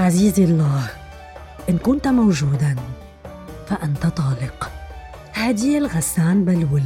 عزيزي الله، إن كنت موجوداً فأنت طالق. هدي الغسان بلول.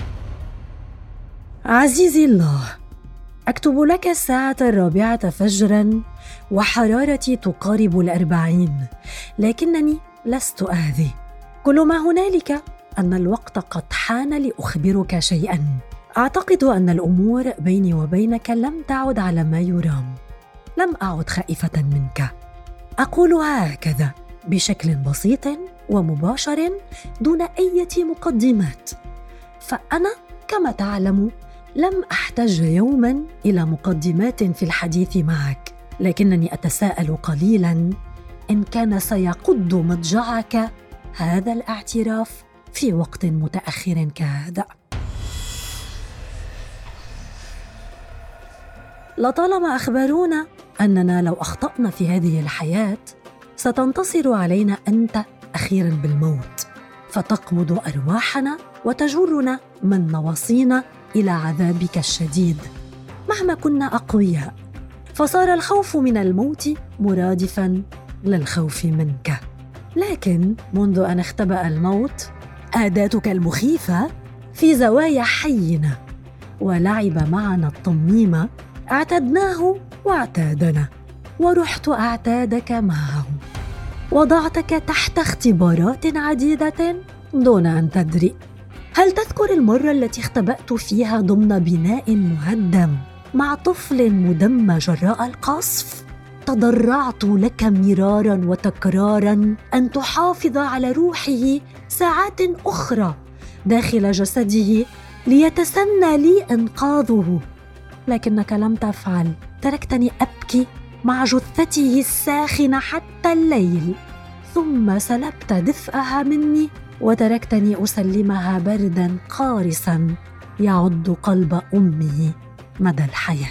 عزيزي الله، أكتب لك الساعة 4 فجراً وحرارتي تقارب 40، لكنني لست آذي. كل ما هنالك أن الوقت قد حان لأخبرك شيئاً. أعتقد أن الأمور بيني وبينك لم تعد على ما يرام. لم أعد خائفة منك. أقولها هكذا بشكل بسيط ومباشر دون أي مقدمات، فأنا كما تعلم لم أحتج يوماً إلى مقدمات في الحديث معك، لكنني أتساءل قليلاً إن كان سيقض مضجعك هذا الاعتراف في وقت متأخر كهذا. لطالما أخبرونا أننا لو أخطأنا في هذه الحياة ستنتصر علينا أنت أخيراً بالموت، فتقبض أرواحنا وتجرنا من نواصينا إلى عذابك الشديد مهما كنا أقوياء. فصار الخوف من الموت مرادفاً للخوف منك. لكن منذ أن اختبأ الموت أداتك المخيفة في زوايا حينا ولعب معنا الطميمة، اعتدناه واعتادنا، ورحت أعتادك معه. وضعتك تحت اختبارات عديدة دون أن تدري. هل تذكر المرة التي اختبأت فيها ضمن بناء مهدم مع طفل مدمى جراء القصف؟ تضرعت لك مراراً وتكراراً أن تحافظ على روحه ساعات أخرى داخل جسده ليتسنى لي إنقاذه، لكنك لم تفعل. تركتني أبكي مع جثته الساخنة حتى الليل، ثم سلبت دفئها مني وتركتني أسلمها برداً قارساً يعض قلب أمه مدى الحياة.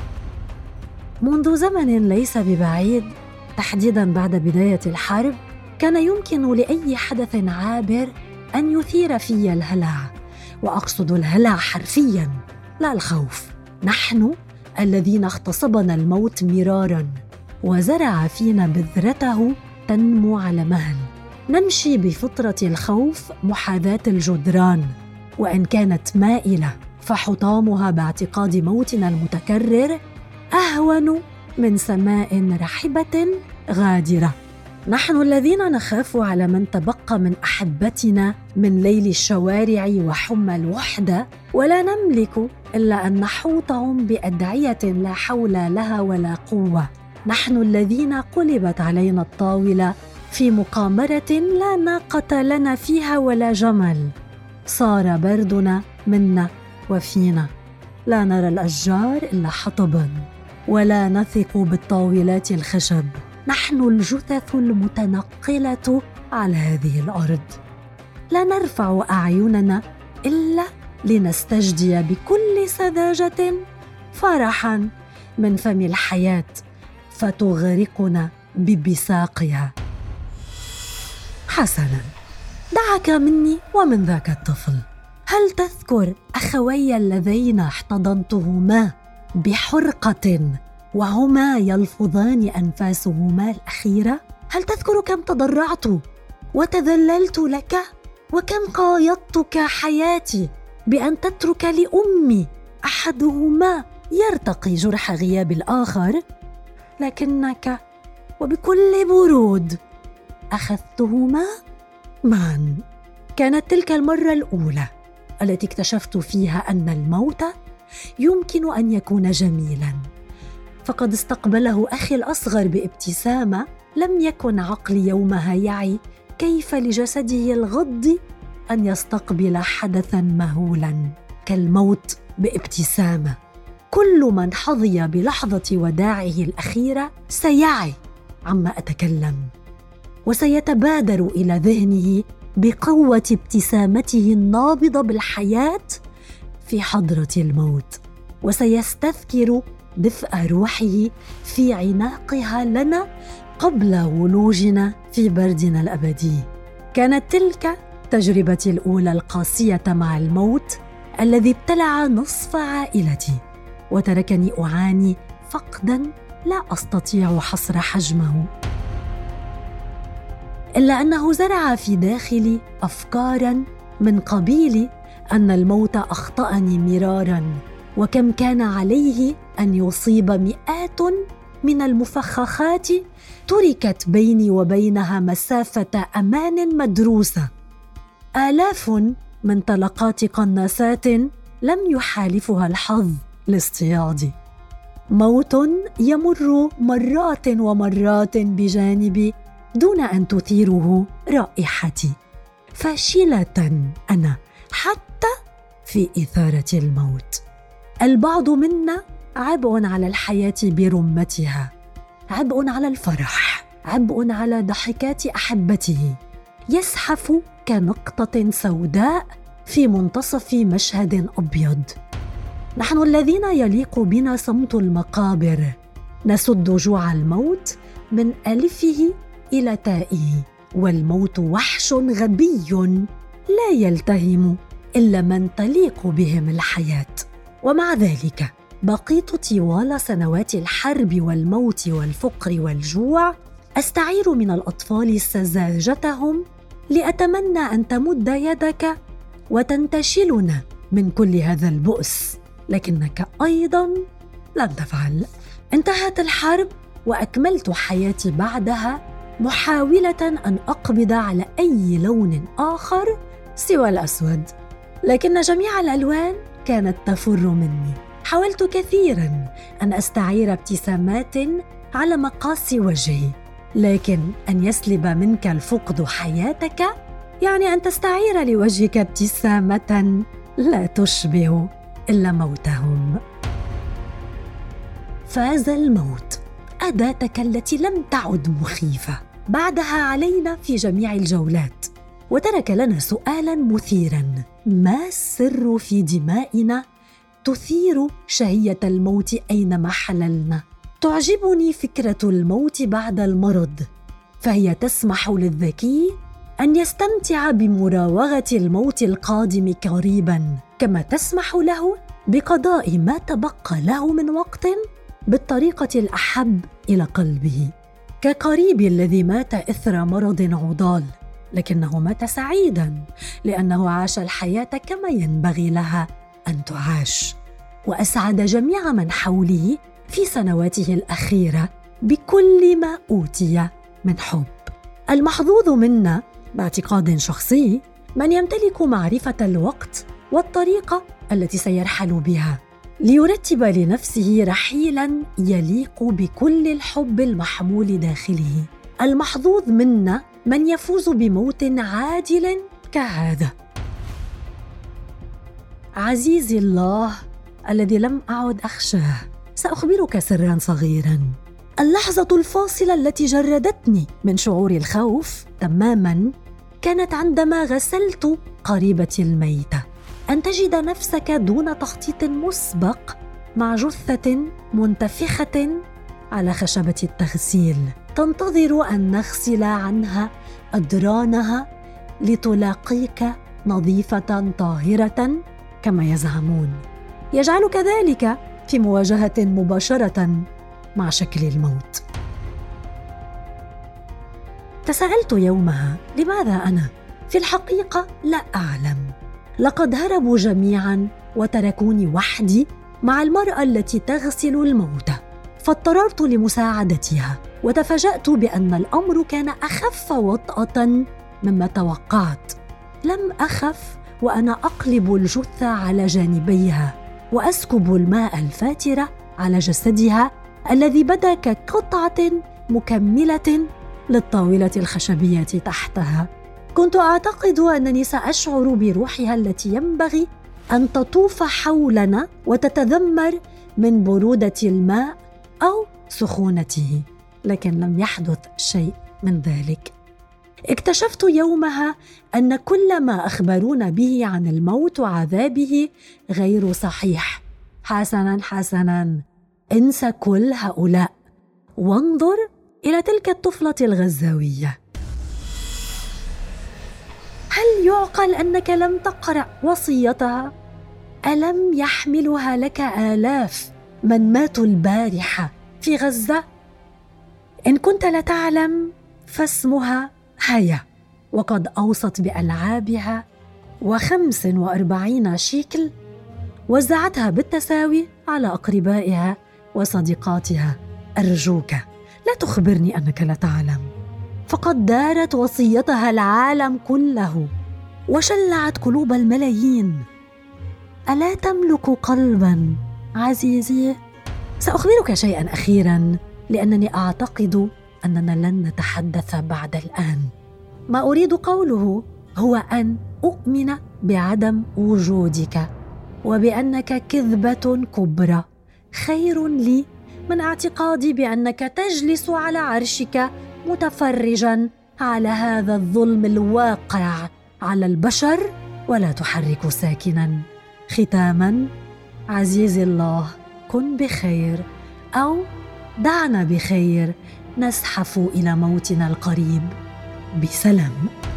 منذ زمن ليس ببعيد، تحديداً بعد بداية الحرب، كان يمكن لأي حدث عابر أن يثير في الهلع، وأقصد الهلع حرفياً لا الخوف. نحن الذين اغتصبنا الموت مراراً وزرع فينا بذرته تنمو على مهل. نمشي بفطرة الخوف محاذاة الجدران، وإن كانت مائلة فحطامها باعتقاد موتنا المتكرر أهون من سماء رحبة غادرة. نحن الذين نخاف على من تبقى من أحبتنا من ليل الشوارع وحمى الوحدة، ولا نملك إلا أن نحوطهم بأدعية لا حول لها ولا قوة. نحن الذين قلبت علينا الطاولة في مقامرة لا ناقة لنا فيها ولا جمل. صار بردنا منا وفينا، لا نرى الأشجار إلا حطباً، ولا نثق بالطاولات الخشب. نحن الجثث المتنقلة على هذه الأرض. لا نرفع أعيننا إلا لنستجدي بكل سذاجة فرحاً من فم الحياة فتغرقنا ببساقها. حسناً، دعك مني ومن ذاك الطفل. هل تذكر أخوي اللذين احتضنتهما بحرقة وهما يلفظان أنفاسهما الأخيرة؟ هل تذكر كم تضرعت وتذللت لك، وكم قايضتك حياتي بأن تترك لأمي أحدهما يرتقي جرح غياب الآخر؟ لكنك وبكل برود أخذتهما معا. كانت تلك المرة الأولى التي اكتشفت فيها أن الموت يمكن أن يكون جميلاً، فقد استقبله أخي الأصغر بابتسامة لم يكن عقلي يومها يعي كيف لجسده الغض أن يستقبل حدثاً مهولاً كالموت بابتسامة. كل من حظي بلحظة وداعه الأخيرة سيعي عما أتكلم، وسيتبادر إلى ذهنه بقوة ابتسامته النابضة بالحياة في حضرة الموت، وسيستذكر دفء روحه في عناقها لنا قبل ولوجنا في بردنا الأبدي. كانت تلك تجربتي الأولى القاسية مع الموت الذي ابتلع نصف عائلتي وتركني أعاني فقداً لا أستطيع حصر حجمه. إلا أنه زرع في داخلي أفكاراً من قبيل أن الموت أخطأني مراراً، وكم كان عليه أن يصيب مئات من المفخخات تركت بيني وبينها مسافة أمان مدروسة. آلاف من طلقات قناصات لم يحالفها الحظ لاصطيادي. موت يمر مرات ومرات بجانبي دون أن تثيره رائحتي. فاشلة أنا حتى في إثارة الموت. البعض منا عبء على الحياة برمتها، عبء على الفرح، عبء على ضحكات أحبته، يزحف كنقطة سوداء في منتصف مشهد أبيض. نحن الذين يليق بنا صمت المقابر، نسد جوع الموت من ألفه إلى تائه، والموت وحش غبي لا يلتهم إلا من تليق بهم الحياة. ومع ذلك بقيت طوال سنوات الحرب والموت والفقر والجوع أستعير من الأطفال سذاجتهم لأتمنى أن تمد يدك وتنتشلنا من كل هذا البؤس، لكنك أيضاً لم تفعل. انتهت الحرب وأكملت حياتي بعدها محاولة أن أقبض على أي لون آخر سوى الأسود، لكن جميع الألوان كانت تفر مني. حاولت كثيراً أن أستعير ابتسامات على مقاس وجهي، لكن أن يسلب منك الفقد حياتك يعني أن تستعير لوجهك ابتسامة لا تشبه إلا موتهم. فاز الموت، أداتك التي لم تعد مخيفة بعدها علينا في جميع الجولات، وترك لنا سؤالاً مثيراً: ما السر في دمائنا تثير شهية الموت أينما حللنا؟ تعجبني فكرة الموت بعد المرض، فهي تسمح للذكي أن يستمتع بمراوغة الموت القادم قريباً، كما تسمح له بقضاء ما تبقى له من وقت بالطريقة الأحب إلى قلبه، كقريبي الذي مات إثر مرض عضال، لكنه مات سعيداً لأنه عاش الحياة كما ينبغي لها أن تعاش، وأسعد جميع من حوله في سنواته الأخيرة بكل ما أوتي من حب. المحظوظ منا باعتقاد شخصي من يمتلك معرفة الوقت والطريقة التي سيرحل بها ليرتب لنفسه رحيلاً يليق بكل الحب المحمول داخله. المحظوظ منا من يفوز بموت عاجل كهذا. عزيزي الله الذي لم أعد أخشاه، سأخبرك سراً صغيراً. اللحظة الفاصلة التي جردتني من شعور الخوف تماماً كانت عندما غسلت قريبتي الميتة. أن تجد نفسك دون تخطيط مسبق مع جثة منتفخة على خشبة التغسيل، تنتظر أن نغسل عنها أدرانها لتلاقيك نظيفة طاهرة كما يزعمون، يجعلك ذلك في مواجهة مباشرة مع شكل الموت. تساءلت يومها: لماذا أنا؟ في الحقيقة لا أعلم. لقد هربوا جميعاً وتركوني وحدي مع المرأة التي تغسل الموتى، فاضطررت لمساعدتها، وتفاجأت بأن الأمر كان أخف وطأة مما توقعت. لم أخف وأنا أقلب الجثة على جانبيها وأسكب الماء الفاتر على جسدها الذي بدا كقطعة مكملة للطاولة الخشبية تحتها. كنت أعتقد أنني سأشعر بروحها التي ينبغي أن تطوف حولنا وتتذمر من برودة الماء أو سخونته، لكن لم يحدث شيء من ذلك. اكتشفت يومها أن كل ما أخبرونا به عن الموت وعذابه غير صحيح. حسناً، انسى كل هؤلاء وانظر إلى تلك الطفلة الغزاوية. هل يعقل أنك لم تقرأ وصيتها؟ ألم يحملها لك آلاف من ماتوا البارحة في غزة؟ إن كنت لا تعلم فاسمها هيا، وقد أوصت بألعابها 45 شيكل، وزعتها بالتساوي على أقربائها وصديقاتها. أرجوك لا تخبرني أنك لا تعلم، فقد دارت وصيتها العالم كله وشلعت قلوب الملايين. ألا تملك قلبا عزيزي؟ سأخبرك شيئا أخيرا، لأنني أعتقد أننا لن نتحدث بعد الآن. ما أريد قوله هو أن أؤمن بعدم وجودك، وبأنك كذبة كبرى خير لي من اعتقادي بأنك تجلس على عرشك متفرجا على هذا الظلم الواقع على البشر ولا تحرك ساكنا. ختاما، عزيزي الله، كن بخير، أو دعنا بخير نزحف إلى موتنا القريب. بسلام.